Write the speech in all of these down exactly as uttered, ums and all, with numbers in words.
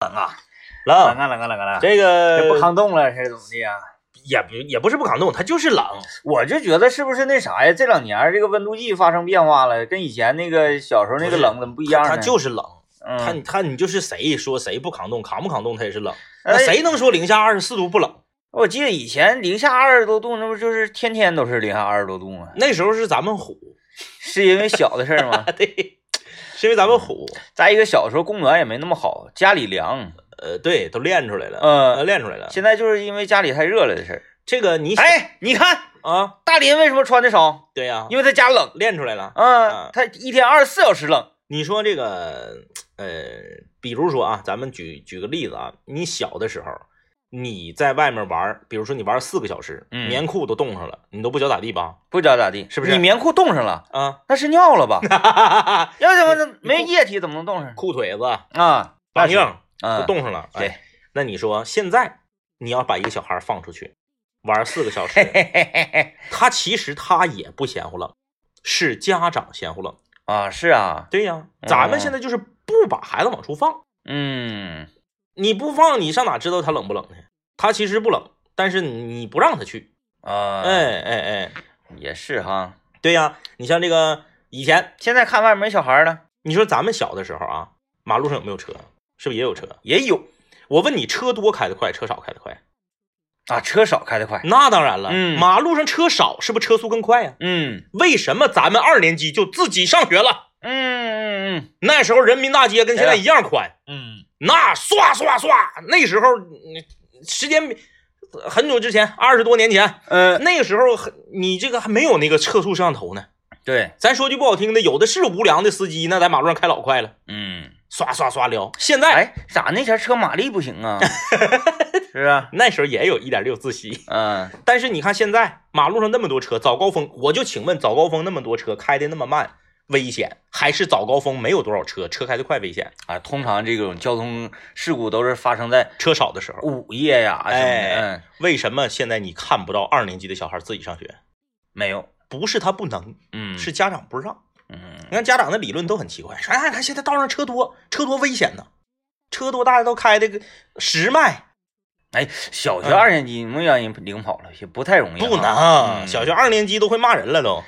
冷冷啊冷啊冷啊冷！ 这个不抗冻了是怎么的呀？ 也不也不是不抗冻，它就是冷。 我就觉得是不是那啥呀？这两年这个温度计发生变化了，跟以前那个小时候那个冷怎么不一样呢？ 它就是冷。 嗯， 它它你就是谁说谁不抗冻，扛不扛冻它也是冷。那谁能说零下二十四度不冷？ 我记得以前零下二十多度，那不就是天天都是零下二十多度吗？ 那时候是咱们虎， 是因为小的事儿吗？ 对，是因为咱们虎。 再一个，小时候供暖也没那么好，家里凉。 呃，对，都练出来了， 呃， 练出来了。 现在就是因为家里太热了的事儿。 这个你哎，你看啊， 大林为什么穿的少？ 对呀、啊， 因为他家冷， 练出来了。 嗯、 啊， 他一天二十四小时冷。 你说这个，呃，比如说啊，咱们举举个例子啊，你小的时候，你在外面玩，比如说你玩四个小时， 嗯、 棉裤都冻上了，你都不觉咋地吧？ 不觉咋地， 是不是？ 你棉裤冻上了啊？ 那是尿了吧？要怎么没液体怎么能冻上？ 裤腿子啊， 绑硬啊， 都冻上了。 对、 哎，那你说现在你要把一个小孩放出去玩四个小时，他其实他也不嫌乎冷，是家长嫌乎冷。 啊，是啊， 对呀，咱们现在就是不把孩子往出放。 嗯， 你不放，你上哪知道他冷不冷呢？他其实不冷，但是你不让他去啊。 哎哎哎， 也是哈。 对呀，你像这个以前， 现在看外面没小孩了。 你说咱们小的时候啊，马路上有没有车？是不是也有车？ 也有。 我问你，车多开得快，车少开得快？ 啊，车少开得快。 那当然了， 嗯， 马路上车少，是不是车速更快呀？ 嗯， 为什么咱们二年级就自己上学了？ 嗯嗯嗯， 那时候人民大街跟现在一样宽， 嗯， 那唰唰唰，那时候时间很久之前，二十多年前， 呃， 那个时候你这个还没有那个测速摄像头呢。 对， 咱说句不好听的，有的是无良的司机，那在马路上开老快了， 嗯， 刷刷刷撩。现在， 哎，咋那前车马力不行啊？是啊， 那时候也有 一点六 自吸， 嗯， 但是你看现在马路上那么多车，早高峰，我就请问早高峰那么多车开的那么慢，危险还是早高峰没有多少车，车开得快危险啊？通常这种交通事故都是发生在车少的时候， 午夜呀， 哎， 嗯， 为什么现在你看不到二年级的小孩自己上学？ 没有， 不是他不能， 嗯， 是家长不让。 嗯， 你看家长的理论都很奇怪，说哎，看现在道上车多，车多危险呢，车多大家都开这个十迈。 哎，小学二年级你们让人领跑了，也不太容易。 不能， 嗯、 小学二年级都会骂人了都。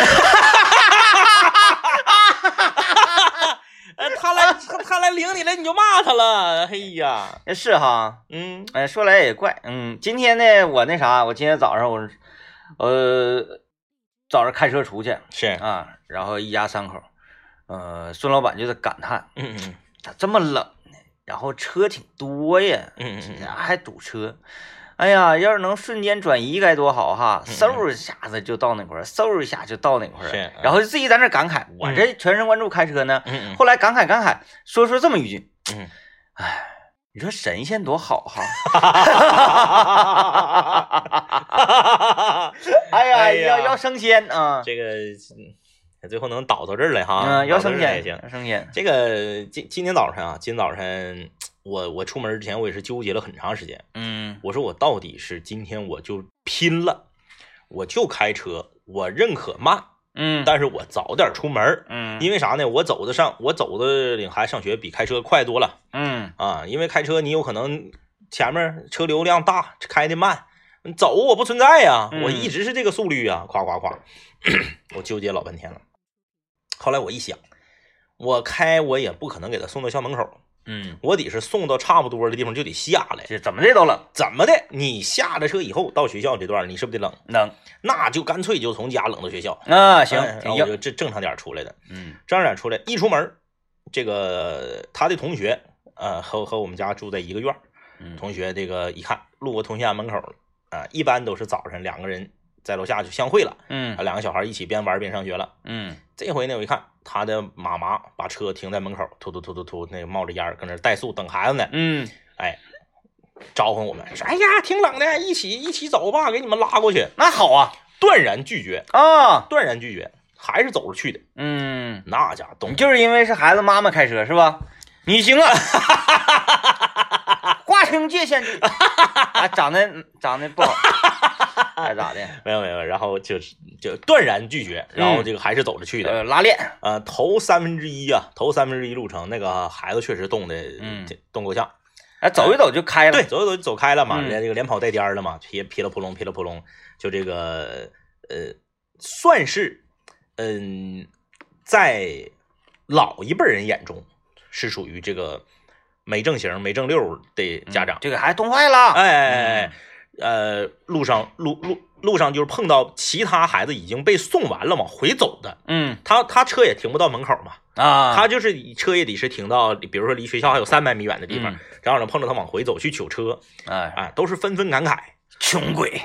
他来他来领你了，你就骂他了。哎呀， 是哈， 嗯， 哎，说来也怪，嗯，今天呢，我那啥，我今天早上我，呃，早上开车出去， 是啊，然后一家三口，呃，孙老板就在感叹， 嗯嗯， 咋这么冷呢？然后车挺多呀， 嗯嗯， 还堵车。哎呀，要是能瞬间转移该多好哈！嗖一下子就到那块儿，嗖一下就到那块儿，然后就自己在那感慨。我这全神贯注开车呢， 嗯， 后来感慨感慨，说说这么一句， 嗯， 哎，你说神仙多好哈！哎呀，要要升仙啊！ 这个最后能倒到这儿来哈， 嗯，要升仙也行， 升仙。 这个今今天早上啊，今天早上。我我出门之前我也是纠结了很长时间， 嗯， 我说我到底是今天我就拼了，我就开车，我认可慢， 嗯， 但是我早点出门， 嗯， 因为啥呢？我走的上，我走的领孩子上学比开车快多了， 嗯啊，因为开车你有可能前面车流量大，开的慢，走我不存在呀， 嗯、 我一直是这个速率啊，夸夸夸，我纠结老半天了，后来我一想，我开我也不可能给他送到校门口。 嗯， 我得是送到差不多的地方就得下来， 这怎么的都冷， 怎么的？你下了车以后到学校这段，你是不是得冷？ 冷， 那就干脆就从家冷到学校啊。行， 然后我就正正常点出来的， 嗯， 正常点出来，一出门，这个他的同学，呃，和和我们家住在一个院， 嗯， 同学这个一看路过同学家门口了，啊、呃，一般都是早上两个人在楼下就相会了， 嗯， 啊，两个小孩一起边玩边上学了， 嗯， 这回呢，我一看。他的妈妈把车停在门口，突突突突突，那个冒着烟搁那怠速等孩子呢。 嗯， 哎，召唤我们说：“哎呀，挺冷的，一起一起走吧，给你们拉过去。” 那好啊， 断然拒绝啊， 断然拒绝，还是走着去的。 嗯， 那家伙懂， 就是因为是孩子妈妈开车是吧？你行啊，划清界限，啊，长得长得不好。还咋的？ 没有没有，然后就是就断然拒绝，然后这个还是走着去的。 呃，拉练， 呃，头三分之一啊，头三分之一路程，那个孩子确实冻的， 嗯， 冻够呛。 哎，走一走就开了， 对，走一走就走开了嘛， 嗯、 连这个连跑带颠了嘛，噼噼里扑隆噼里扑隆，就这个呃，算是嗯，在老一辈人眼中是属于这个没正形没正溜的家长， 嗯、这个孩子冻坏了， 哎哎哎，呃，路上路路路上就是碰到其他孩子已经被送完了往回走的， 嗯， 他他车也停不到门口嘛。 啊， 他就是车也得是停到，比如说离学校还有三百米远的地方，嗯、然后呢碰到他往回走去取车， 哎啊，都是纷纷感慨， 穷鬼，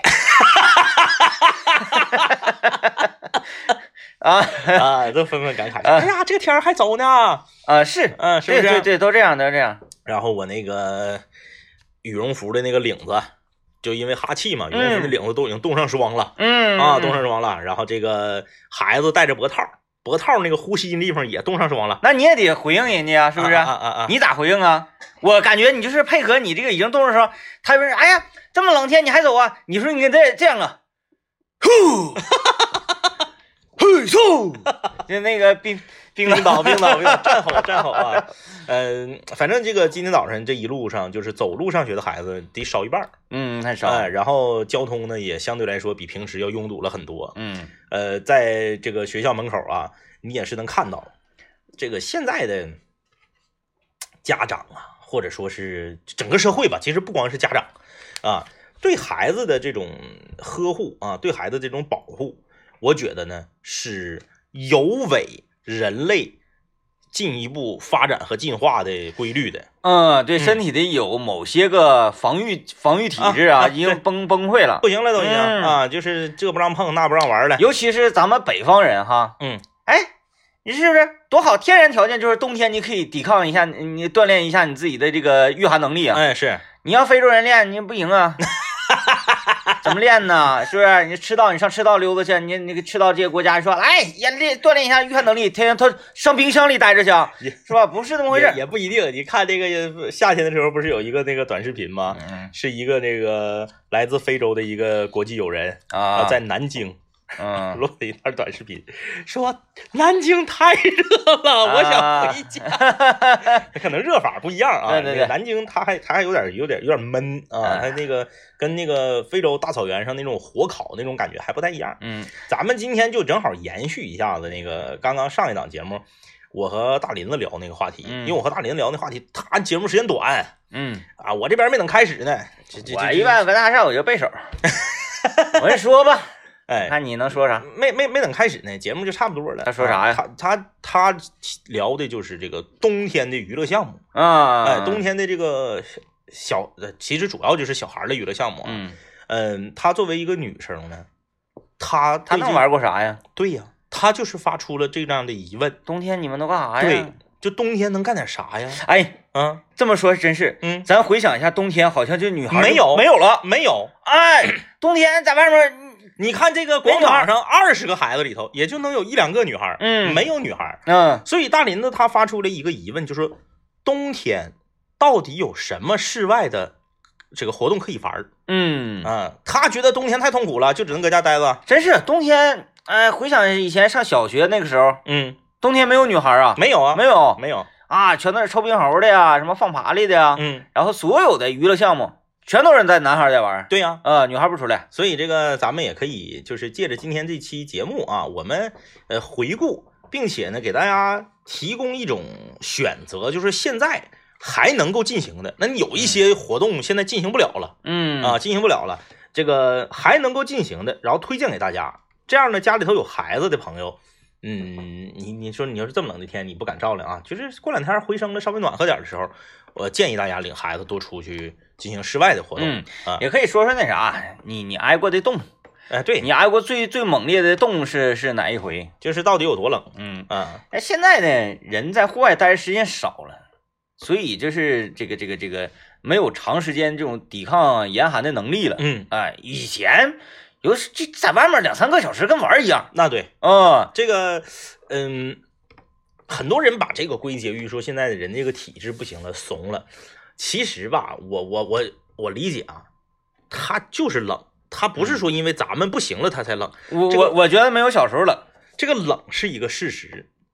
啊啊，都纷纷感慨，哎呀，这个天还走呢， 啊是， 嗯，是不是？ 对对对，都这样，都这样。 然后我那个羽绒服的那个领子，就因为哈气嘛，羽绒服的领子都已经冻上霜了， 嗯啊，冻上霜了，然后这个孩子戴着脖套。脖套那个呼吸的地方也冻上霜了， 那你也得回应人家啊，是不是？ 啊啊啊啊！ 你咋回应啊？我感觉你就是配合你这个已经冻上霜，他说：“哎呀，这么冷天你还走啊？”你说你这这样啊，呼，嘿嗖，就那个冰冰岛冰岛冰岛战吼战吼啊！嗯、呃，反正这个今天早上这一路上就是走路上学的孩子得少一半， 嗯，太少。 哎、呃，然后交通呢也相对来说比平时要拥堵了很多， 嗯。 呃，在这个学校门口啊，你也是能看到，这个现在的家长啊，或者说是整个社会吧，其实不光是家长啊，对孩子的这种呵护啊，对孩子这种保护，我觉得呢是有违人类进一步发展和进化的规律的。 嗯，对身体的有某些个防御、嗯、防御体质啊， 啊已经崩崩溃了， 不行了都已经、 嗯、 啊，就是这不让碰那不让玩了。 尤其是咱们北方人哈， 嗯， 哎，你是不是多好？天然条件就是冬天你可以抵抗一下，你锻炼一下你自己的这个御寒能力啊。 哎，是你要非洲人练你不行啊。怎么练呢？是不是？你赤道，你上赤道溜达去，你那个赤道这些国家说，来也练锻炼一下御寒能力，天天他上冰箱里待着去，是吧？不是那么回事， 也, 也不一定。你看这个夏天的时候，不是有一个那个短视频吗？ 嗯、 是一个那个来自非洲的一个国际友人啊， 在南京。 嗯， 录了一段短视频，说南京太热了， 啊、 我想回家。他可能热法不一样啊， 对对对， 南京他还他还有点有点有点闷啊，他那个跟那个非洲大草原上那种火烤那种感觉还不太一样。 嗯， 咱们今天就正好延续一下子那个刚刚上一档节目，我和大林子聊那个话题， 嗯、 因为我和大林子聊那话题，他节目时间短， 嗯啊，我这边没等开始呢， 我一般文大厦我就背手，我就说吧。 哎， 看你能说啥？ 没没没等开始呢，节目就差不多了。 他说啥呀？ 他他他聊的就是这个冬天的娱乐项目啊， 哎，冬天的这个小，其实主要就是小孩的娱乐项目啊。 嗯嗯，他作为一个女生呢，她她能玩过啥呀？ 对呀，她就是发出了这样的疑问： 冬天你们都干啥呀？ 对，就冬天能干点啥呀？ 哎， 嗯， 这么说真是， 嗯， 咱回想一下，冬天好像就女孩没有没有了， 没有。 哎，冬天在外面。 你看这个广场上二十个孩子里头，也就能有一两个女孩， 嗯， 没有女孩， 嗯， 所以大林子他发出了一个疑问，就是说冬天到底有什么室外的这个活动可以玩？ 嗯啊，他觉得冬天太痛苦了，就只能搁家待着。 真是冬天，哎，回想以前上小学那个时候， 嗯， 冬天没有女孩啊， 没有啊， 没有， 没有啊，全都是抽冰猴的呀，什么放爬犁的呀， 嗯， 然后所有的娱乐项目。全都是在男孩在玩， 对呀、 啊，呃，女孩不出来， 所以这个咱们也可以就是借着今天这期节目啊，我们呃回顾，并且呢给大家提供一种选择，就是现在还能够进行的。那有一些活动现在进行不了了， 嗯啊，进行不了了，这个还能够进行的，然后推荐给大家。这样呢，家里头有孩子的朋友，嗯，你你说你要是这么冷的天你不敢照亮啊，就是过两天回升了稍微暖和点的时候，我建议大家领孩子多出去进行室外的活动， 嗯啊， 也可以说说那啥，你你挨过的冻， 哎，对你挨过最最猛烈的冻是是哪一回？ 就是到底有多冷？ 嗯啊， 哎，现在呢，人在户外待的时间少了，所以就是这个这个这个没有长时间这种抵抗严寒的能力了。 嗯， 哎，以前有这在外面两三个小时跟玩一样。 那对， 嗯， 这个，嗯，很多人把这个归结于说现在的人这个体质不行了，怂了。其实吧，我我我我理解啊，他就是冷，他不是说因为咱们不行了他才冷。 我、 这个、 我我觉得没有小时候冷， 这个冷是一个事实，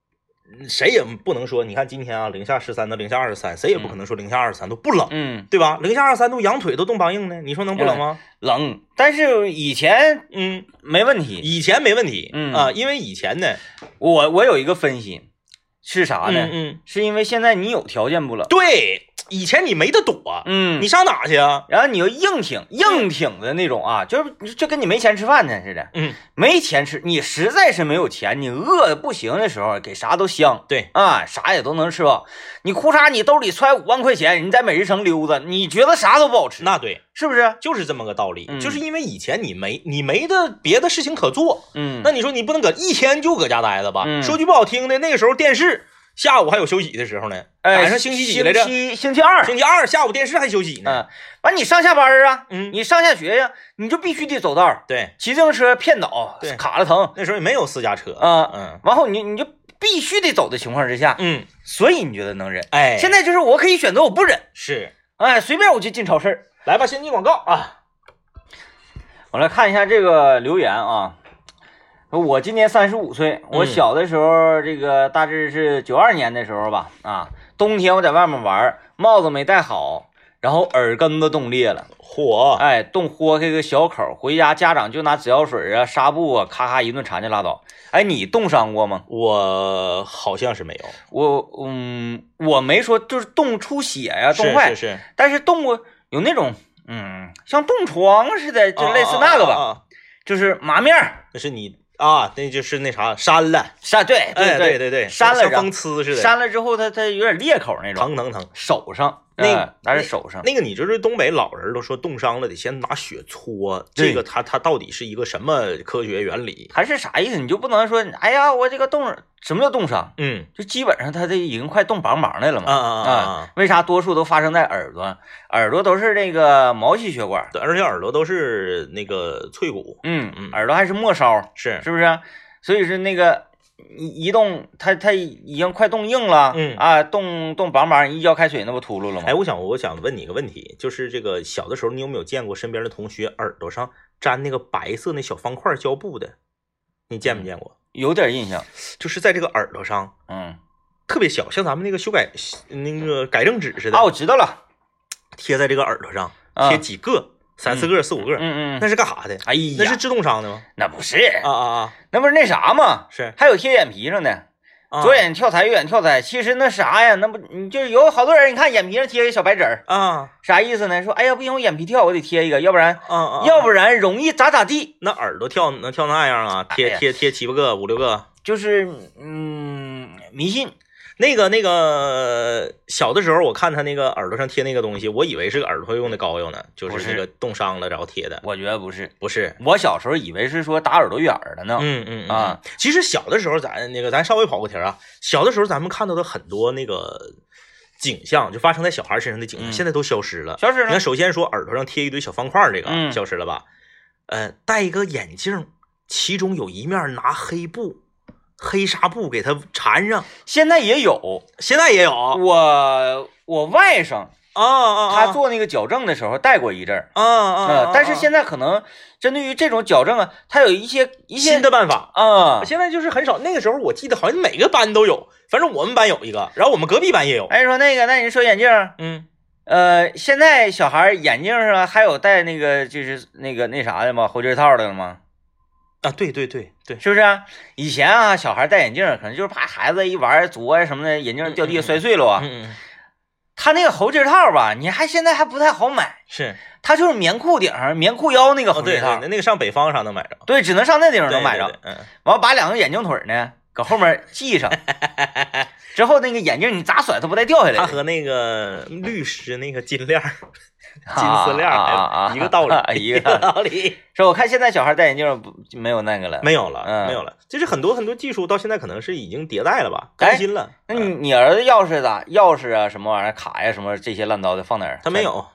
谁也不能说，你看今天啊，零下十三到零下二十三，谁也不可能说零下二十三度不冷， 嗯， 对吧？零下二十三度，羊腿都冻梆硬的，你说能不冷吗？ 冷，但是以前嗯， 没问题， 以前没问题， 嗯啊，因为以前呢， 我我有一个分析是啥呢？ 嗯嗯， 是因为现在你有条件不冷， 对，以前你没得躲， 嗯， 你上哪去啊？ 然后你又硬挺硬挺的那种啊，就是就跟你没钱吃饭呢似的， 嗯， 没钱吃，你实在是没有钱，你饿的不行的时候，给啥都香， 对啊，啥也都能吃饱。你裤衩你兜里揣五万块钱，你在美食城溜达，你觉得啥都不好吃， 那对， 是不是？ 就是这么个道理， 嗯就是因为以前你没你没的别的事情可做， 嗯， 那你说你不能搁一天就搁家待着吧？ 嗯说句不好听的，那个时候电视下午还有休息的时候呢， 哎， 赶上星期几来着？ 星期星期二， 星期二下午电视还休息呢。 嗯，完你上下班啊， 嗯， 你上下学呀，你就必须得走道， 对， 骑自行车骗倒， 对卡了疼那时候也没有私家车啊， 嗯， 完后你你就必须得走的情况之下， 嗯， 所以你觉得能忍？ 哎， 现在就是我可以选择我不忍， 是， 哎，随便我就进超市。 来吧，先进广告啊。 我来看一下这个留言啊，我今年三十五岁，我小的时候这个大致是九二年的时候吧，啊，冬天我在外面玩，帽子没戴好，然后耳根子冻裂了， 嚯， 哎，冻豁开个小口，回家家长就拿纸药水啊、纱布啊，咔咔一顿缠就拉倒。哎，你冻伤过吗？ 我好像是没有， 我嗯，我没说就是冻出血呀、冻坏， 是是是， 但是冻过有那种嗯，像冻疮似的，就类似那个吧， 啊啊啊啊就是麻面儿， 那是你啊，那就是那啥扇了， 扇对哎， 对对对对， 扇了像风呲似的， 扇了之后它它有点裂口那种， 疼疼疼。 手上那嗯那是手上， 那个你就是东北老人都说冻伤了得先拿血搓， 对这个它它到底是一个什么科学原理？ 还是啥意思？你就不能说哎呀我这个冻，什么叫冻伤？ 嗯就基本上它这已经快冻梆梆的了嘛。 啊啊啊啊！ 为啥多数都发生在耳朵？耳朵都是那个毛细血管， 对，而且耳朵都是那个脆骨， 嗯嗯耳朵还是末梢， 是是不是？所以是那个一一冻，它它已经快冻硬了， 嗯啊，冻冻梆梆，一浇开水那不秃噜了吗？ 哎，我想我想问你一个问题，就是这个小的时候你有没有见过身边的同学耳朵上粘那个白色那小方块胶布的？你见没见过？ 有点印象， 就是在这个耳朵上嗯， 特别小，像咱们那个修改那个改正纸似的啊，我知道了， 贴在这个耳朵上， 啊贴几个，三四个、四五个， 嗯嗯， 那是干啥的？ 哎呀， 那是治冻伤的吗？ 那不是， 啊啊啊！ 那不是那啥吗？ 是还有贴眼皮上的， 啊左眼跳财，右眼跳财。其实那啥呀，那不你就是有好多人，你看眼皮上贴个小白纸儿， 啊啥意思呢？说哎呀，不行，我眼皮跳，我得贴一个，要不然啊啊！ 要不然容易咋咋地。 那耳朵跳能跳那样啊？ 哎呀贴贴贴七八个、五六个。 就是嗯，迷信。 那个那个小的时候，我看他那个耳朵上贴那个东西，我以为是个耳朵用的膏药呢，就不是是那个冻伤了然后贴的。 我觉得不是， 不是， 我小时候以为是说打耳朵眼儿的呢。 嗯嗯嗯啊， 其实小的时候咱那个咱稍微跑个题啊，小的时候咱们看到的很多那个景象，就发生在小孩身上的景象， 嗯现在都消失了。 消失了你看，首先说耳朵上贴一堆小方块，这个、 嗯消失了吧？呃，戴一个眼镜，其中有一面拿黑布、黑纱布给它缠上， 现在也有， 现在也有。 我我外甥啊啊啊！ 他做那个矫正的时候戴过一阵儿。 啊啊呃，但是现在可能针对于这种矫正啊，它有一些一些新的办法。 啊。 现在就是很少，那个时候我记得好像每个班都有，反正我们班有一个，然后我们隔壁班也有。 哎，说那个，那你说眼镜儿， 嗯， 呃，现在小孩眼镜上还有戴那个就是那个那啥的吗？猴筋套的了吗？ 啊，对对对对， 是不是啊？以前啊，小孩戴眼镜可能就是怕孩子一玩左呀什么的，眼镜掉地下摔碎了啊。 嗯嗯， 他那个猴筋套吧，你还现在还不太好买， 是， 它就是棉裤顶上、棉裤腰那个哦对猴筋套， 对，那个上北方啥能买着？ 对，只能上那地方对能买着。 对对嗯， 完了把两个眼镜腿呢搁后面系上，之后那个眼镜你咋甩它不带掉下来的。 它和那个律师那个金链儿、金啊丝链儿啊啊啊一个道理， 一个个道理。 是我看现在小孩戴眼镜不没有那个了。 没有了， 嗯没有了，就是很多很多技术到现在可能是已经迭代了吧，更新了。 那你你儿子钥匙咋？钥匙啊，什么玩意儿，卡呀，什么这些乱糟的放哪儿？ 他没有，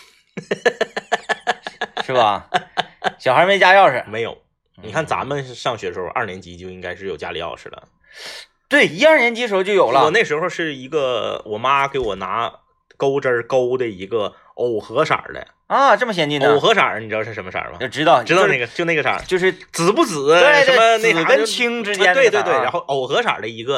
是吧？小孩没家钥匙。 没有。你看咱们上学时候，二年级就应该是有家里钥匙了。 对，一二年级时候就有我了。 那时候是一个我妈给我拿钩针钩的一个藕荷色儿的， 啊，这么先进呢？ 藕荷色儿，你知道是什么色儿吗？ 就知道个， 知道那个，就那个色儿， 就是紫不紫？ 对对什么那啥就紫跟青之间啊对对对， 那个色儿啊然后藕荷色儿的一个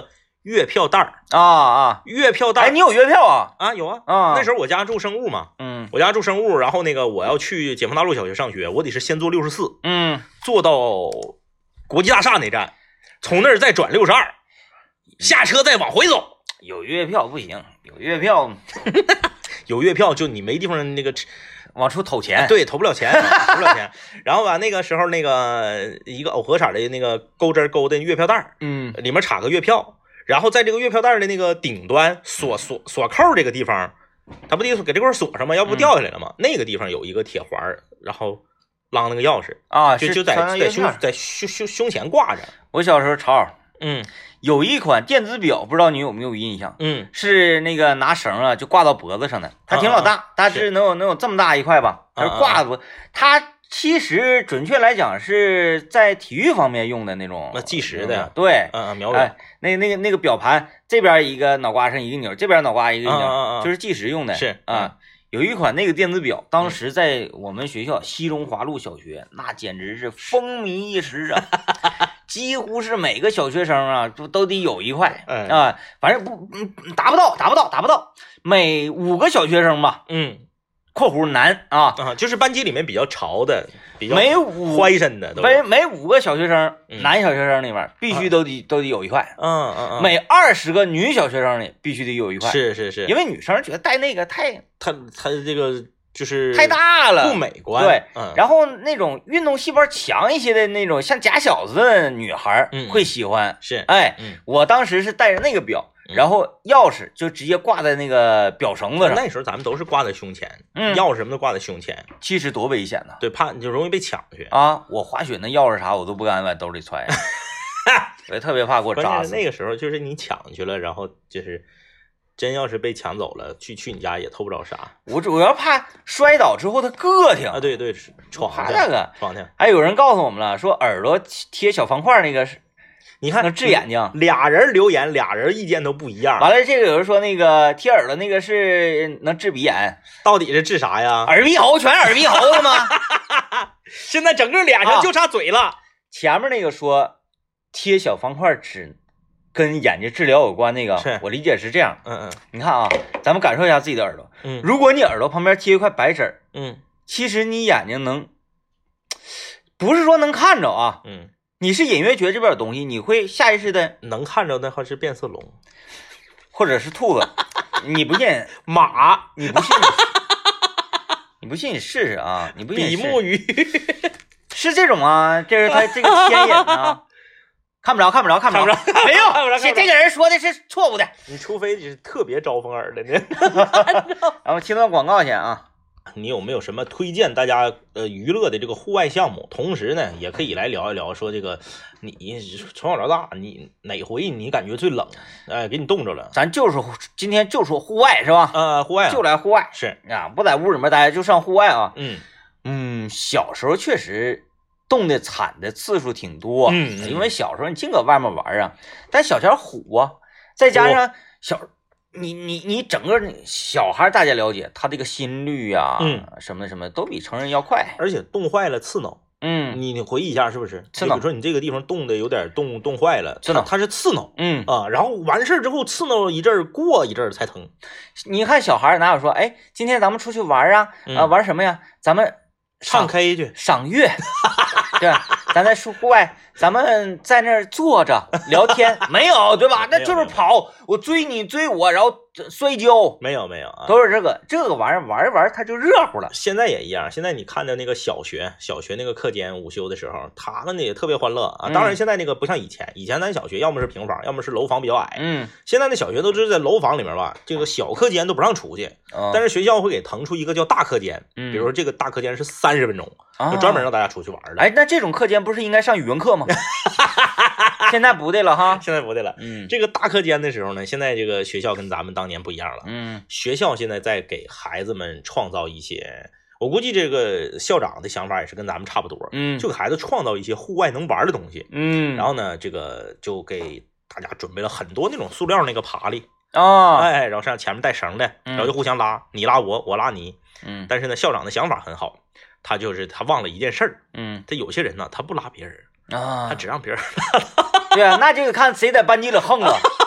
月票袋儿啊啊， 月票袋儿。 哎，你有月票啊？ 啊，有啊啊， 那时候我家住生物嘛， 嗯我家住生物，然后那个我要去解放大路小学上学，我得是先坐六十四， 嗯， 坐到国际大厦那站，从那儿再转六十二，下车再往回走。 有月票不行，有月票有月票就你没地方那个往出投钱， 对，投不了钱，投不了钱。然后吧，那个时候那个一个藕荷色的那个钩针钩的月票袋， 嗯里面插个月票，然后在这个月票袋的那个顶端锁锁锁扣这个地方，它不得给这块锁上吗？要不掉下来了吗？那个地方有一个铁环，然后啷那个钥匙啊， 就就在在胸在胸胸胸前挂着。 我小时候潮， 嗯， 有一款电子表，不知道你有没有印象？ 嗯， 是那个拿绳啊，就挂到脖子上的，它挺老大，大致能有能有这么大一块吧，它是挂脖，它其实准确来讲是在体育方面用的那种， 那计时的， 对， 嗯嗯，秒表， 哎，那那个那个表盘这边一个脑瓜上一个钮，这边脑瓜一个钮，就是计时用的， 是啊。有一款那个电子表，当时在我们学校西中华路小学，那简直是风靡一时啊！几乎是每个小学生啊，都都得有一块啊，反正不嗯达不到，达不到，达不到，每五个小学生吧， 嗯， 括弧男啊啊，就是班级里面比较潮的，比较每五怀身的， 每每五个小学生，男小学生里面必须都得都得有一块， 嗯嗯嗯， 每二十个女小学生里必须得有一块， 是是是， 因为女生觉得戴那个太。 他他这个就是太大了， 不美观。 对， 嗯， 然后那种运动细胞强一些的那种，像假小子的女孩会喜欢。 嗯、是， 哎、 嗯， 我当时是带着那个表，然后钥匙就直接挂在那个表绳子上。 那时候咱们都是挂在胸前， 嗯， 钥匙什么都挂在胸前。 其实多危险呐！ 对，怕就容易被抢去啊！我滑雪那钥匙啥我都不敢往兜里揣，我也特别怕给我扎死。 那个时候就是你抢去了，然后就是。真要是被抢走了，去去你家也偷不着啥。 我主要怕摔倒之后它硌挺啊，对对，闯怕那个闯挺。 还有人告诉我们了，说耳朵贴小方块那个， 你看能治眼睛。 俩人留言，俩人意见都不一样。 完了，这个有人说那个贴耳朵那个是能治鼻炎， 到底是治啥呀？ 耳鼻喉全耳鼻喉的吗？ 现在整个脸上就差嘴了。啊、 前面那个说贴小方块只。跟眼睛治疗有关那个，我理解是这样。 嗯嗯， 你看啊，咱们感受一下自己的耳朵。 嗯， 如果你耳朵旁边贴一块白纸， 嗯， 其实你眼睛能，不是说能看着啊， 嗯， 你是隐约觉得这边有东西，你会下意识的能看着的话是变色龙， 或者是兔子。你不信马， 你不信，你不信你试试啊！你不信比目鱼是这种啊，这是它这个牵引啊。看不着，看不着，看不着，没有，这这个人说的是错误的。 你除非你是特别招风耳的呢。 然后切段广告去啊。 你有没有什么推荐大家呃娱乐的这个户外项目？同时呢，也可以来聊一聊，说这个你从小到大，你哪回你感觉最冷？哎，给你冻着了。 咱就说今天就说户外是吧？ 呃，户外、啊、 就来户外是啊，不在屋里面待，就上户外啊。 嗯嗯，小时候确实。冻的惨的次数挺多， 嗯， 因为小时候你净搁外面玩啊，但小前虎啊，再加上小你你你整个小孩大家了解他这个心率啊， 嗯， 什么什么都比成人要快， 而且冻坏了刺挠， 嗯， 你你回忆一下是不是？ 刺挠， 比如说你这个地方冻的有点冻冻坏了， 刺挠， 它是刺挠， 嗯啊，然后完事儿之后刺挠一阵儿，过一阵儿才疼。 你看小孩哪有说，哎，今天咱们出去玩啊， 嗯、 啊玩什么呀？咱们唱 K 去， 赏月。对吧？咱在户外，咱们在那儿坐着聊天，没有对吧？那就是跑，我追你追我，然后摔跤， 没有没有啊， 都是这个这个玩意儿玩一玩，它就热乎了。 现在也一样，现在你看到那个小学小学那个课间午休的时候，他们也特别欢乐啊。当然现在那个不像以前，以前咱小学要么是平房，要么是楼房比较矮， 嗯， 现在那小学都是在楼房里面吧，这个小课间都不让出去， 哦、 但是学校会给腾出一个叫大课间， 嗯， 比如说这个大课间是三十分钟，就专门让大家出去玩的。 哎，那这种课间不是应该上语文课吗？现在不对了哈， 现在不对了。 嗯， 这个大课间的时候呢，现在这个学校跟咱们当年不一样了。 嗯， 学校现在在给孩子们创造一些，我估计这个校长的想法也是跟咱们差不多。 嗯， 就给孩子创造一些户外能玩的东西。 嗯， 然后呢，这个就给大家准备了很多那种塑料那个爬犁啊、哦， 哎，然后上前面带绳的，然后就互相拉，你拉我，我拉你。 嗯， 但是呢，校长的想法很好，他就是他忘了一件事儿。 嗯， 他有些人呢，他不拉别人。 啊， 他只让别人对啊，那就得看谁在班级里横了。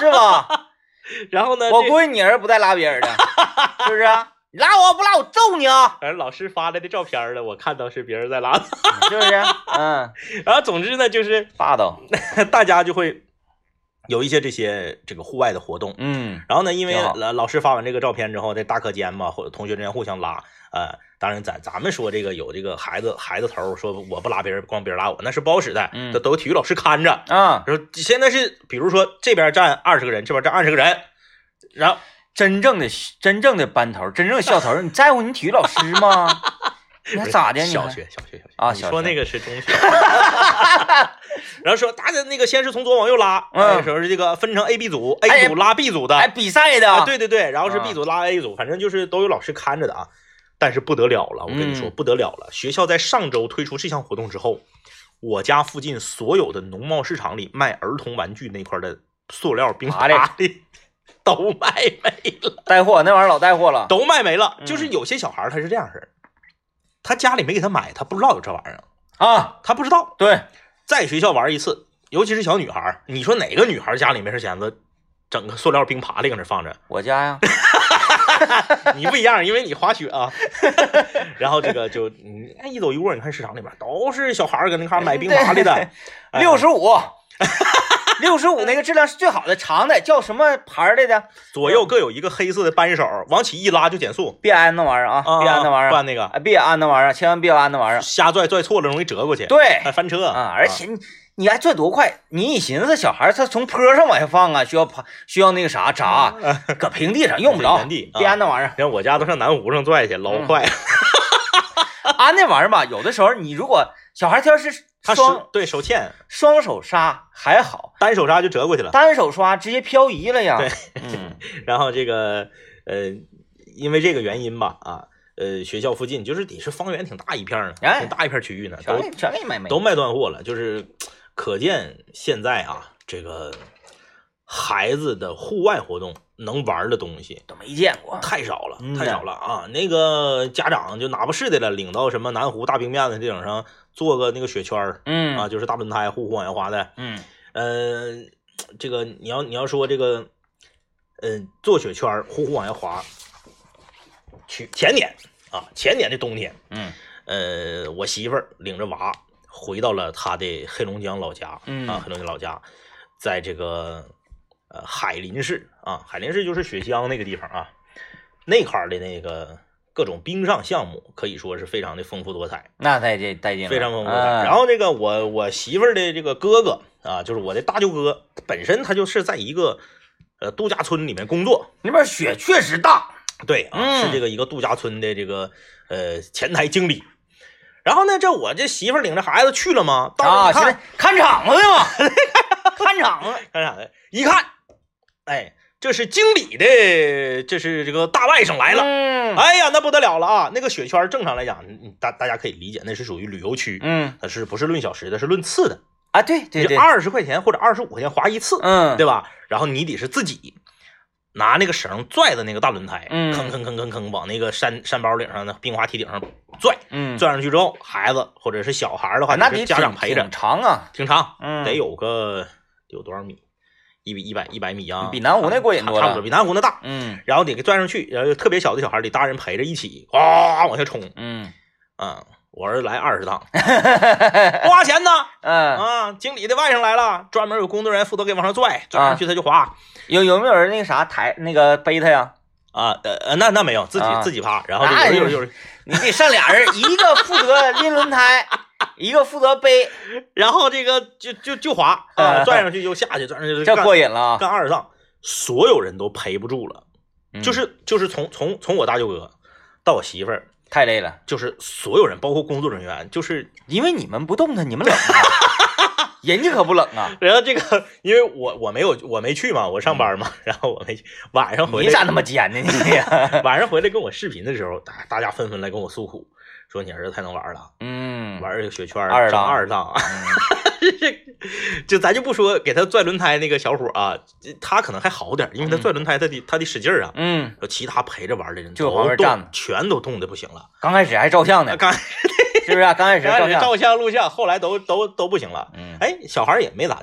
是吧？ 然后呢， 我估计你儿子不带拉别人的，是不是？你拉我不拉我揍你啊！ 反正老师发来的照片了，我看到是别人在拉， 是不是？嗯。 然后总之呢，就是霸道， 大家就会有一些这些这个户外的活动， 嗯。 然后呢，因为挺好老老师发完这个照片之后，这大课间嘛，或者同学之间互相拉，呃，当然咱咱们说这个有这个孩子孩子头说我不拉别人，光别人拉我，那是不好使的， 嗯都都有体育老师看着啊。 说现在是比如说这边站二十个人，这边站二十个人，然后真正的真正的班头，真正的校头，你在乎你体育老师吗？那咋的？ 小学小学小学啊， 你说那个是中学。然后说大家那个先是从左往右拉，那个时候是这个分成 A B 组 ，A 组拉 B 组的， 哎，比赛的、 啊，对对对，然后是 B 组拉 A 组，反正就是都有老师看着的啊。但是不得了了，我跟你说、 嗯、 不得了了！学校在上周推出这项活动之后，我家附近所有的农贸市场里卖儿童玩具那块的塑料冰碴的都卖没了， 带货那玩意儿老带货了， 都卖没了。 嗯、 就是有些小孩他是这样式，他家里没给他买，他不知道有这玩意儿啊， 他不知道。 对， 在学校玩一次，尤其是小女孩，你说哪个女孩家里没事闲子整个塑料冰碴的搁那放着？ 我家呀。 你不一样，因为你滑雪啊。然后这个就你一走一过，你看市场里面都是小孩跟那块买冰碴的的， 六十五，六十五那个质量是最好的，长的叫什么牌来的？ 左右各有一个黑色的扳手，往起一拉就减速。 别按那玩意儿啊！别按那玩意儿， 不按那个， 别按那玩意儿，千万别按那玩意儿， 瞎拽拽错了容易折过去， 对， 还翻车啊！而且你。你还拽多快？你一寻思，小孩他从坡上往下放啊，需要爬，需要那个啥砸，搁平地上用不着。 原地别安那玩意儿。 像我家都上南湖上拽去，老快。 嗯、安那玩意儿吧，有的时候你如果小孩他要是他双对手欠双手刹还好， 单手刹就折过去了， 单手刷直接漂移了呀。 对， 嗯。 然后这个呃，因为这个原因吧，啊。呃，学校附近就是得是方圆挺大一片呢， 哎、 挺大一片区域呢， 全都全给卖没， 都卖断货了。就是可见现在啊，这个孩子的户外活动能玩的东西都没见过， 太少了， 嗯、 太少了啊！那个家长就哪不是的了，领到什么南湖大冰面子地顶上做个那个雪圈嗯啊，就是大轮胎呼呼往下滑的， 嗯呃，这个你要你要说这个，呃，做雪圈呼呼往下滑。去前年啊，前年的冬天， 嗯， 呃，我媳妇儿领着娃回到了她的黑龙江老家， 嗯啊，黑龙江老家，在这个呃海林市啊，海林市就是雪乡那个地方啊，那块儿的那个各种冰上项目可以说是非常的丰富多彩， 那带劲带劲了， 非常丰富多彩。 嗯、 然后这个我我媳妇儿的这个哥哥啊，就是我的大舅哥，本身他就是在一个呃度假村里面工作， 那边雪确实大。 对啊， 嗯、 是这个一个度假村的这个呃前台经理。然后呢，这我这媳妇儿领着孩子去了嘛，到啊， 一看看场子的嘛，看场子， 看场子，一看，哎，这是经理的，这是这个大外甥来了。 嗯， 哎呀，那不得了了啊！那个雪圈正常来讲，大大家可以理解，那是属于旅游区， 嗯， 它是不是论小时的，是论次的啊？对对对， 二十块钱或者二十五块钱划一次， 嗯， 对吧？然后你得是自己。拿那个绳拽的那个大轮胎， 嗯， 吭吭吭吭吭往那个山山包顶上的冰滑梯顶上拽， 嗯， 拽上去之后，孩子或者是小孩的话， 那得家长陪着， 挺长啊， 挺长， 嗯， 得有个有多少米？一比一百一百米啊， 比南湖那过瘾多了， 差不多比南湖那大， 嗯， 然后得给拽上去，然后特别小的小孩得大人陪着一起，哗往下冲， 嗯啊。我儿子来二十趟，不花钱呢。 嗯啊，经理的外甥来了，专门有工作人员负责给往上拽，拽上去他就滑。 啊、有有没有人那个啥抬那个背他呀？ 啊，呃，那那没有，自己、啊、自己爬，然后就有有有， 你得上俩人，一个负责拎轮胎，一个负责背， 然后这个就就就滑啊，拽上去就下去，拽上去这过瘾了， 干二十趟，所有人都陪不住了， 嗯、 就是就是从从从我大舅哥到我媳妇儿。 太累了， 就是所有人，包括工作人员，就是因为你们不动弹，你们冷啊，人家可不冷啊。 然后这个，因为我我没有我没去嘛，我上班嘛，然后我没去。晚上回来， 你咋那么尖呢你？ 晚上回来跟我视频的时候，大大家纷纷来跟我诉苦，说你儿子太能玩了， 嗯， 玩这个雪圈二上二趟。就咱就不说给他拽轮胎那个小伙啊，他可能还好点，因为他拽轮胎他得他得使劲啊。 嗯， 其他陪着玩的人就旁边站着， 全都冻得不行了。 刚开始还照相呢， 刚是不是、啊？刚开始照相照相录像，后来都都都不行了。 嗯， 哎，小孩也没咋地，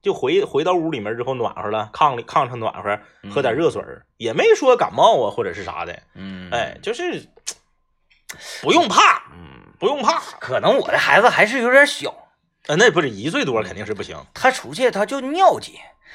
就回回到屋里面之后暖和了，炕里炕上暖和，喝点热水、嗯、也没说感冒啊或者是啥的。 嗯， 哎，就是不用怕，嗯，不用怕。 可能我的孩子还是有点小。 呃，那不是一岁多肯定是不行， 他出去他就尿急，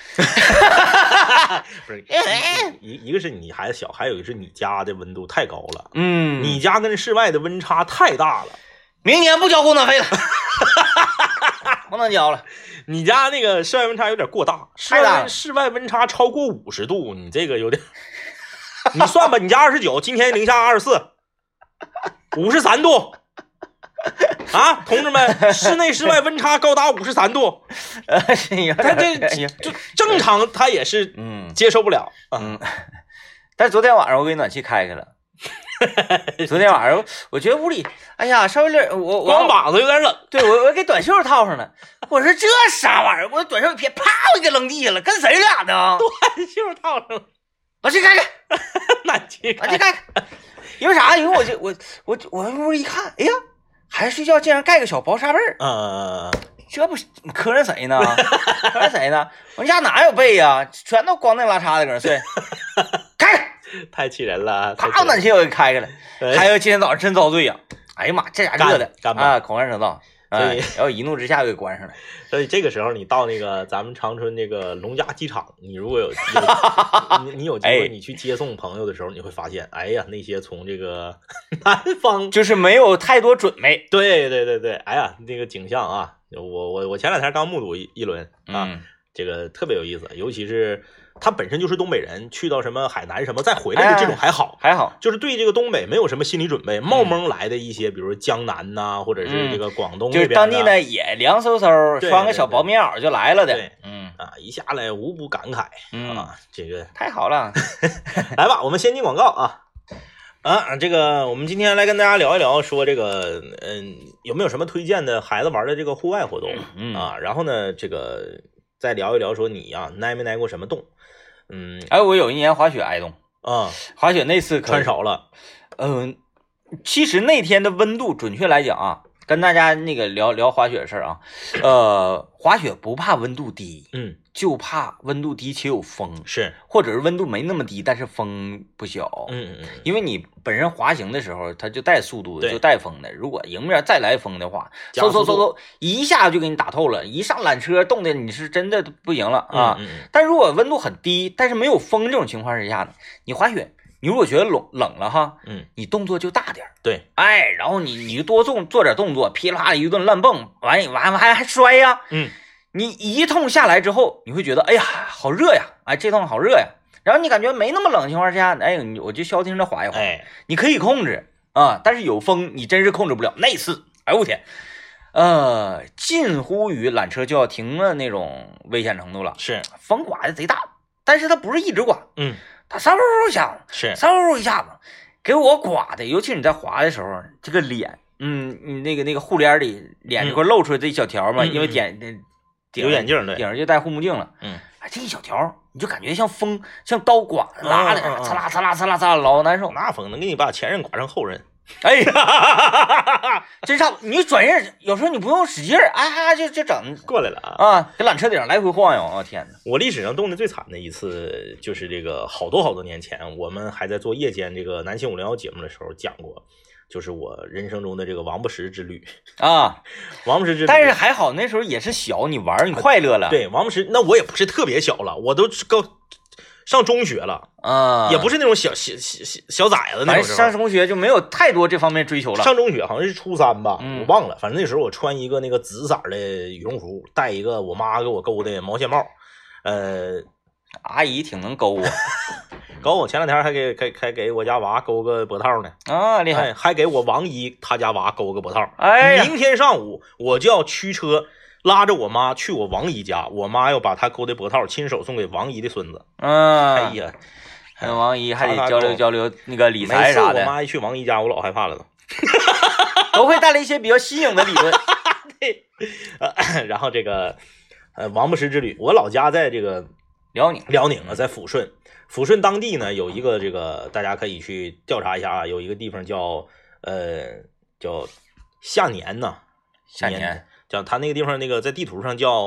不是一一个是你孩子小，还有一个是你家的温度太高了， 嗯， 你家跟室外的温差太大了， 明年不交供暖费了，不能交了。 你家那个室外温差有点过大， 太大了， 室外温差超过五十度，你这个有点，你算吧，你家二十九，今天零下二十四，五十三度。啊，同志们，室内室外温差高达五十三度， 呃， 他这就正常，他也是嗯接受不了， 嗯。但是昨天晚上我给暖气开开了，昨天晚上我觉得屋里，哎呀，稍微有点，我光膀子有点冷， 对我我给短袖套上了，我说这啥玩意儿？我短袖一撇，啪，我给扔地下了，跟谁俩呢？ 短袖套上了， 我去开开， 暖气， 我去开开，因为啥？因为我就我我我屋一看，哎呀。还睡觉竟然盖个小薄纱被儿， 呃， 这不磕碜谁呢？磕碜谁呢？我们家哪有被呀、啊？全都光腚拉碴的搁那睡。开开， 太气人了！ 啪，暖气我给开开了。还有今天早上真遭罪呀！哎呀妈，这家热的啊，口干舌燥。 所以， 然后一怒之下给关上了。 所以这个时候，你到那个咱们长春那个龙嘉机场，你如果有你你有机会你去接送朋友的时候，你会发现，哎呀，那些从这个南方就是没有太多准备。 对对对对，哎呀，那个景象啊，我我我前两天刚目睹一一轮啊、 嗯， 这个特别有意思，尤其是。他本身就是东北人，去到什么海南什么再回来的这种还好， 哎、还好， 就是对这个东北没有什么心理准备，冒蒙来的一些，比如江南呐、啊，或者是这个广东、 嗯，就是当地呢也凉飕飕，穿个小薄棉袄就来了的， 对，嗯啊，一下来无不感慨、 嗯、 啊，这个太好了。 来吧，我们先进广告啊啊，这个我们今天来跟大家聊一聊，说这个嗯有没有什么推荐的孩子玩的这个户外活动、 嗯、 啊，然后呢这个再聊一聊说你呀挨没挨过什么冻。嗯， 哎，我有一年滑雪挨冻啊， 滑雪那次穿少了。 嗯、呃，其实那天的温度，准确来讲啊，跟大家那个聊聊滑雪的事儿啊，呃，滑雪不怕温度低， 嗯， 就怕温度低且有风， 是， 或者是温度没那么低，但是风不小， 嗯嗯， 因为你本身滑行的时候，它就带速度的，就带风的。如果迎面再来风的话，嗖嗖嗖嗖，一下就给你打透了，一上缆车冻的你是真的不行了啊！ 嗯嗯嗯， 但如果温度很低，但是没有风这种情况之下呢，你滑雪，你如果觉得冷冷了哈， 嗯， 你动作就大点， 对， 哎，然后你你就多做做点动作，噼里啪啦一顿乱蹦，完完完还还摔呀， 嗯， 你一通下来之后，你会觉得哎呀好热呀，哎这通好热呀。然后你感觉没那么冷的情况下，哎，你我就消停着滑一滑， 哎， 你可以控制啊，但是有风你真是控制不了。那次，哎呦我天，呃，近乎于缆车就要停了那种危险程度了。 是， 风刮的贼大，但是它不是一直刮， 嗯， 它嗖一下子， 是嗖一下子，给我刮的，尤其你在滑的时候，这个脸，嗯，你那个那个护帘里脸这块露出来这一小条嘛， 嗯、 因为点顶有眼镜，对， 顶上就戴护目镜了， 嗯， 哎，这一小条。你就感觉像风，像刀刮拉的，擦啦擦啦擦啦擦啦，老难受。 那风能给你把前任刮成后任， 哎呀，真差！你转刃有时候你不用使劲儿，哎哈就就整过来了啊！ 啊，搁缆车顶上来回晃悠，我、哦、天哪！ 我历史上冻的最惨的一次，就是这个好多好多年前，我们还在做夜间这个南青五零幺节目的时候讲过。就是我人生中的这个王八石之旅啊， 王八石之旅。 但是还好那时候也是小，你玩你快乐了。 对，王八石，那我也不是特别小了，我都高上中学了啊， 也不是那种小小小小崽子那种。 上中学就没有太多这方面追求了。 上中学好像是初三吧， 嗯、 我忘了，反正那时候我穿一个那个紫色的羽绒服，戴一个我妈给我勾的毛线帽，呃， 阿姨挺能勾啊。 搞我前两天还给还还给我家娃勾个脖套呢啊，厉害！ 哎、还给我王姨他家娃勾个脖套。 哎， 明天上午我就要驱车拉着我妈去我王姨家，我妈要把她勾的脖套亲手送给王姨的孙子。 嗯， 哎呀， 还有王姨还得交流交流那个理财啥的。 我妈一去王姨家，我老害怕了都， 都会带来一些比较新颖的理论。 对、呃，然后这个呃王八石之旅，我老家在这个辽宁， 辽宁啊，在抚顺。抚顺当地呢有一个这个大家可以去调查一下啊，有一个地方叫呃叫下年呢， 下年叫它那个地方那个在地图上叫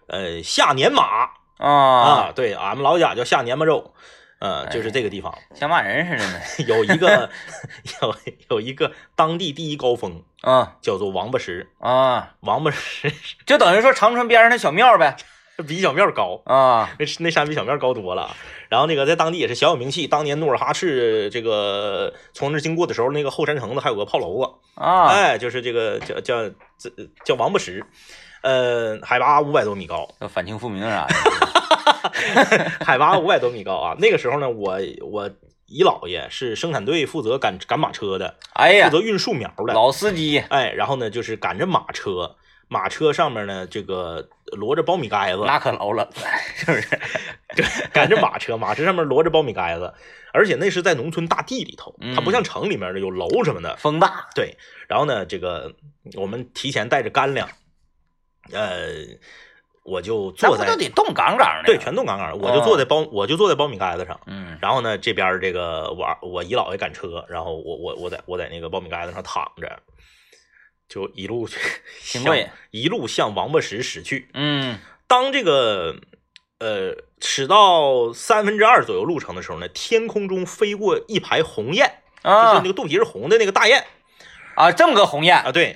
呃下年马啊啊，对，俺们老家叫下年马洲，呃，就是这个地方， 像骂人似的呢。 有一个有有一个当地第一高峰， 啊叫做王八石， 啊， 王八石就等于说长春边上的小庙呗。 比小庙高啊， 那那山比小庙高多了。然后那个在当地也是小有名气。当年努尔哈赤这个从那经过的时候，那个后山城子还有个炮楼子啊， 哎，就是这个叫叫叫叫王八石，呃，海拔五百多米高， 反清复明啥的， 海拔五百多米高啊。那个时候呢，我我姨姥爷是生产队负责赶赶马车的， 哎呀， 负责运树苗的老司机。 哎，然后呢，就是赶着马车。马车上面呢，这个摞着苞米盖子， 那可牢了，是不是？ 对，赶着马车，马车上面摞着苞米盖子，而且那是在农村大地里头，它不像城里面的有楼什么的， 风大。 对，然后呢，这个我们提前带着干粮，呃，我就坐在， 那不都得冻杠杠的？ 对，全冻杠杠，我就坐在苞，我就坐在苞米盖子上， 嗯， 然后呢，这边这个我我姨姥爷赶车，然后我我我在我在那个苞米盖子上躺着。就一路向一路向王八石驶去。 嗯， 当这个呃驶到三分之二左右路程的时候呢，天空中飞过一排鸿雁， 啊， 就是那个肚皮是红的那个大雁啊，这么个鸿雁啊，对。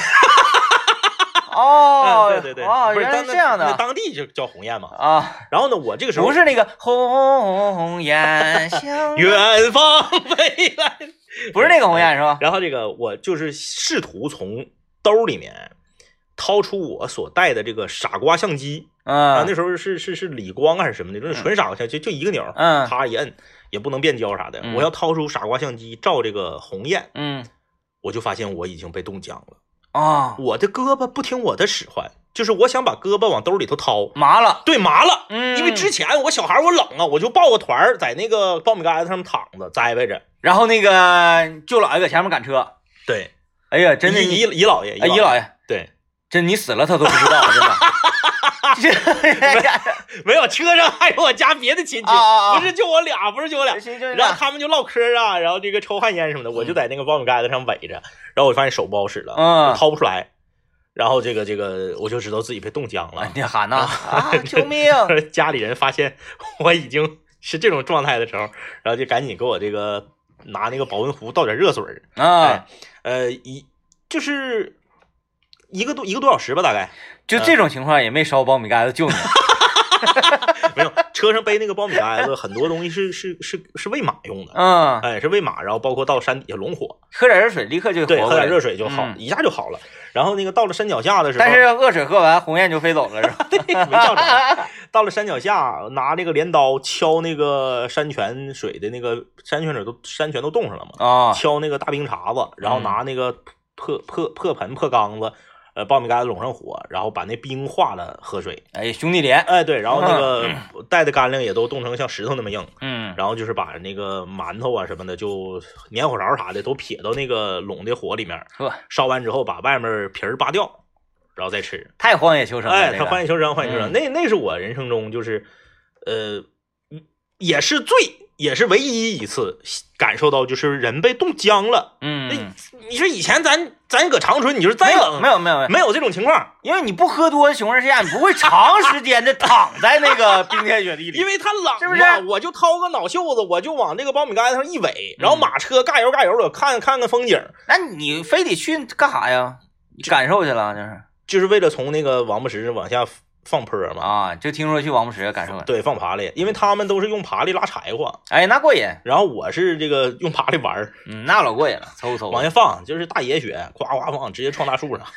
哦， 嗯、对对对， 哦， 不是原来是这样的， 那当地就叫鸿雁嘛。 啊， 然后呢，我这个时候不是那个鸿雁向远方飞来。 不是那个鸿雁是吧？ 然后这个我就是试图从兜里面掏出我所带的这个傻瓜相机， 嗯， 啊，那时候是是是理光还是什么的，就是纯傻瓜相机，就就一个钮， 嗯， 咔一摁，也不能变焦啥的。 嗯、 我要掏出傻瓜相机照这个鸿雁， 嗯， 我就发现我已经被冻僵了啊， 我的胳膊不听我的使唤。就是我想把胳膊往兜里头掏， 麻了， 对，麻了， 嗯， 因为之前我小孩我冷啊，我就抱个团儿在那个苞米盖子上躺着栽呗着， 然后那个舅姥爷搁前面赶车， 对， 哎呀，真的姨姨姥爷， 哎，姨姥爷， 对， 真你死了他都不知道，真的， 没有，车上还有我家别的亲戚， 啊、 不是就我俩，不是就我俩，然后他们就唠嗑啊，然后这个抽旱烟什么的，我就在那个苞米盖子上围着，然后我发现手不好使了， 嗯， 掏不出来。然后这个这个我就知道自己被冻僵了， 你喊呐啊！救命！ 家里人发现我已经是这种状态的时候，然后就赶紧给我这个拿那个保温壶倒点热水啊， 哎、呃一就是一个多一个多小时吧，大概就这种情况也没烧苞米盖子救你。 没有，车上背那个苞米盖子，很多东西是是是是喂马用的， 嗯， 哎，是喂马，然后包括到山底下拢火， 喝点热水立刻就对，喝点热水就好， 嗯、 一下就好了。然后那个到了山脚下的时候， 但是恶水喝完，鸿雁就飞走了，是吧？ 对，没叫着。到了山脚下，拿这个镰刀敲那个山泉水的那个山泉水都山泉都冻上了嘛， 啊， 敲那个大冰碴子，然后拿那个破破破盆破缸子。呃，苞米盖子拢上火，然后把那冰化了喝水。 哎，兄弟连， 哎，对，然后那个带的干粮也都冻成像石头那么硬。 嗯， 然后就是把那个馒头啊什么的，就粘火勺啥的都撇到那个拢的火里面， 呵， 烧完之后把外面皮儿扒掉，然后再吃。 太荒野求生了， 哎， 这个、 他荒野求生，荒野求生， 嗯、 那那是我人生中就是，呃，也是最也是唯一一次感受到就是人被冻僵了。 嗯， 你说以前咱咱搁长春，你说再冷， 没有没有没有没有这种情况， 因为你不喝多的情况下，你不会长时间的躺在那个冰天雪地里， 因为它冷， 是不是？ 我就掏个脑袖子，我就往这个苞米盖子上一围，然后马车嘎油嘎油的看看看风景。 那你非得去干啥呀？你感受去了，就是就是为了从那个王八石往下放坡嘛。 啊，就听说去王八石感受了。 对，放爬犁，因为他们都是用爬犁拉柴火， 哎，那过瘾。 然后我是这个用爬犁玩儿， 嗯，那老过瘾了，抽抽往下放，就是大野雪，夸夸放，直接撞大树上。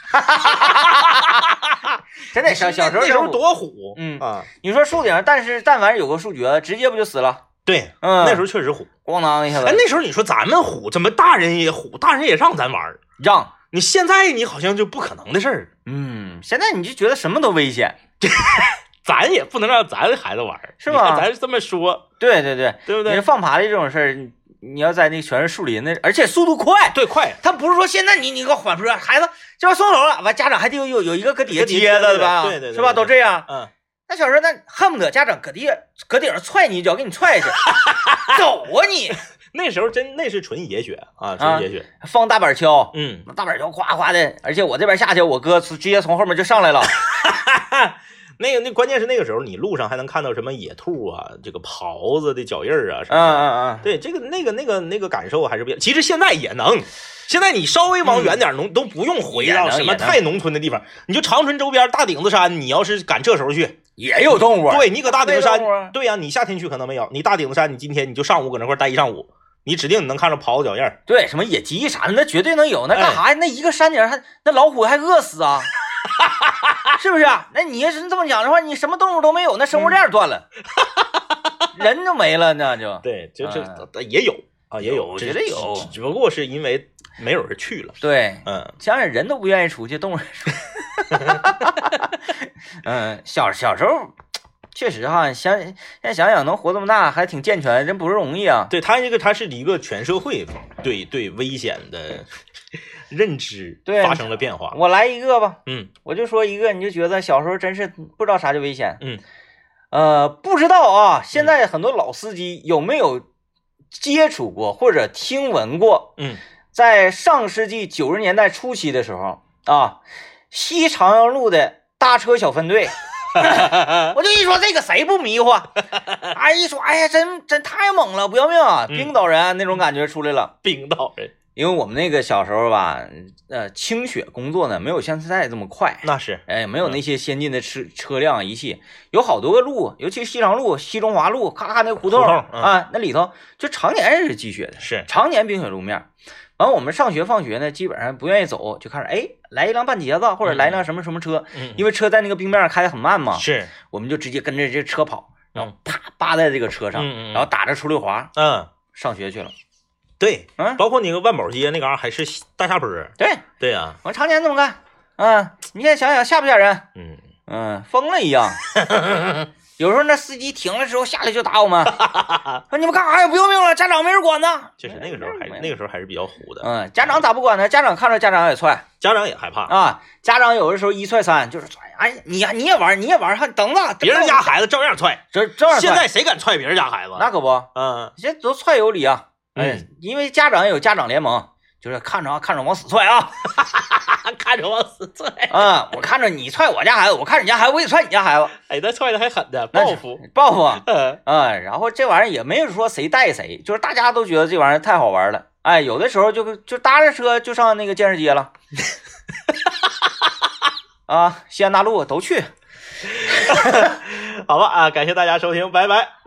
真的，小小时候那时候多虎， 嗯啊， 你说树顶上，但是但凡有个树橛，直接不就死了？ 对， 嗯， 那时候确实虎， 咣当一下子。 哎，那时候你说咱们虎，怎么大人也虎，大人也让咱玩儿， 让你现在你好像就不可能的事儿。 嗯，现在你就觉得什么都危险。 咱也不能让咱的孩子玩， 是吧？ 咱是这么说， 对对对， 对不对？ 你放爬犁这种事儿，你要在那全是树林的，而且速度快， 对，快。 他不是说现在你你给我缓坡，孩子这边松手了，完家长还得有有有一个搁底下接的吧， 对对对， 是吧？都这样。 嗯， 那小时候那恨不得家长搁地搁顶上踹你一脚，给你踹下去，走啊你！ 那时候真那是纯野雪啊，纯野雪， 放大板锹， 嗯， 大板锹夸夸的，而且我这边下去，我哥直接从后面就上来了。 那个那关键是那个时候你路上还能看到什么野兔啊，这个狍子的脚印儿啊什么的。 嗯嗯嗯， 对，这个那个那个那个感受还是比较，其实现在也能。现在你稍微往远点农、嗯、都不用回到什么太农村的地方，你就长春周边大顶子山，你要是赶这时候去， 也有动物。 对，你搁大顶子山，对呀、啊，你夏天去可能没有，你大顶子山，你今天你就上午搁那块待一上午，你指定你能看着狍子脚印儿。 对，什么野鸡啥的，那绝对能有。那干啥呀？哎、那一个山顶还那老虎还饿死啊？是不是啊？那你要是这么讲的话，你什么动物都没有，那生物链断了，嗯、人就没了，那就对，就是、嗯、也有啊，也有， 我觉得有， 只只不过是因为没有人去了。 对， 嗯， 想想人都不愿意出去，动物嗯，小小时候确实哈，想现在想想能活这么大还挺健全，真不容易啊。 对，他这个他是一个全社会对对危险的认知发生了变化。 我来一个吧， 嗯， 我就说一个，你就觉得小时候真是不知道啥叫危险。 嗯， 呃，不知道啊，现在很多老司机有没有接触过或者听闻过？ 嗯， 在上世纪九十年代初期的时候啊，西长阳路的搭车小分队。我就一说这个谁不迷糊？哎，一说哎呀，真真太猛了，不要命啊！冰岛人、嗯、那种感觉出来了。 冰岛人， 因为我们那个小时候吧，呃，清雪工作呢没有像现在这么快， 那是， 哎，没有那些先进的车、嗯、车辆仪器，有好多个路，尤其是西长路、西中华路，咔咔那个胡同, 胡同、嗯、 啊，那里头就常年是积雪的， 是常年冰雪路面。完，我们上学放学呢，基本上不愿意走，就开始哎来一辆半截子，或者来一辆什么什么车， 嗯、 因为车在那个冰面上开得很慢嘛， 是， 我们就直接跟着这车跑，然后啪扒在这个车上， 嗯、 然后打着出溜滑， 嗯， 上学去了。 对， 嗯， 包括那个万宝街那嘎还是大下坡， 对对呀、啊， 我常年这么干，嗯，你现在想想吓不吓人？ 嗯嗯，疯了一样。有时候那司机停的时候下来就打我们，说你们干啥呀？不要命了，家长没人管呢。 就是那个时候还那个时候还是比较虎的。 嗯，家长咋不管呢？家长看着家长也踹， 家长也害怕啊。家长有的时候一踹三，就是踹，哎，你呀你也玩，你也玩，还等着别人家孩子照样踹， 这照样踹。 现在谁敢踹别人家孩子？ 那可不， 嗯， 这都踹有理啊。哎， 嗯、 因为家长也有家长联盟。就是看着啊，看着往死踹啊， 看着往死踹啊、嗯！我看着你踹我家孩子，我看你家孩子，我也踹你家孩子。 哎，那踹的还狠的，报复报复啊！ 嗯嗯，然后这玩意儿也没有说谁带谁，就是大家都觉得这玩意儿太好玩了。哎，有的时候就就搭着车就上那个建设街了，啊，西安大路都去。 好吧啊，感谢大家收听，拜拜。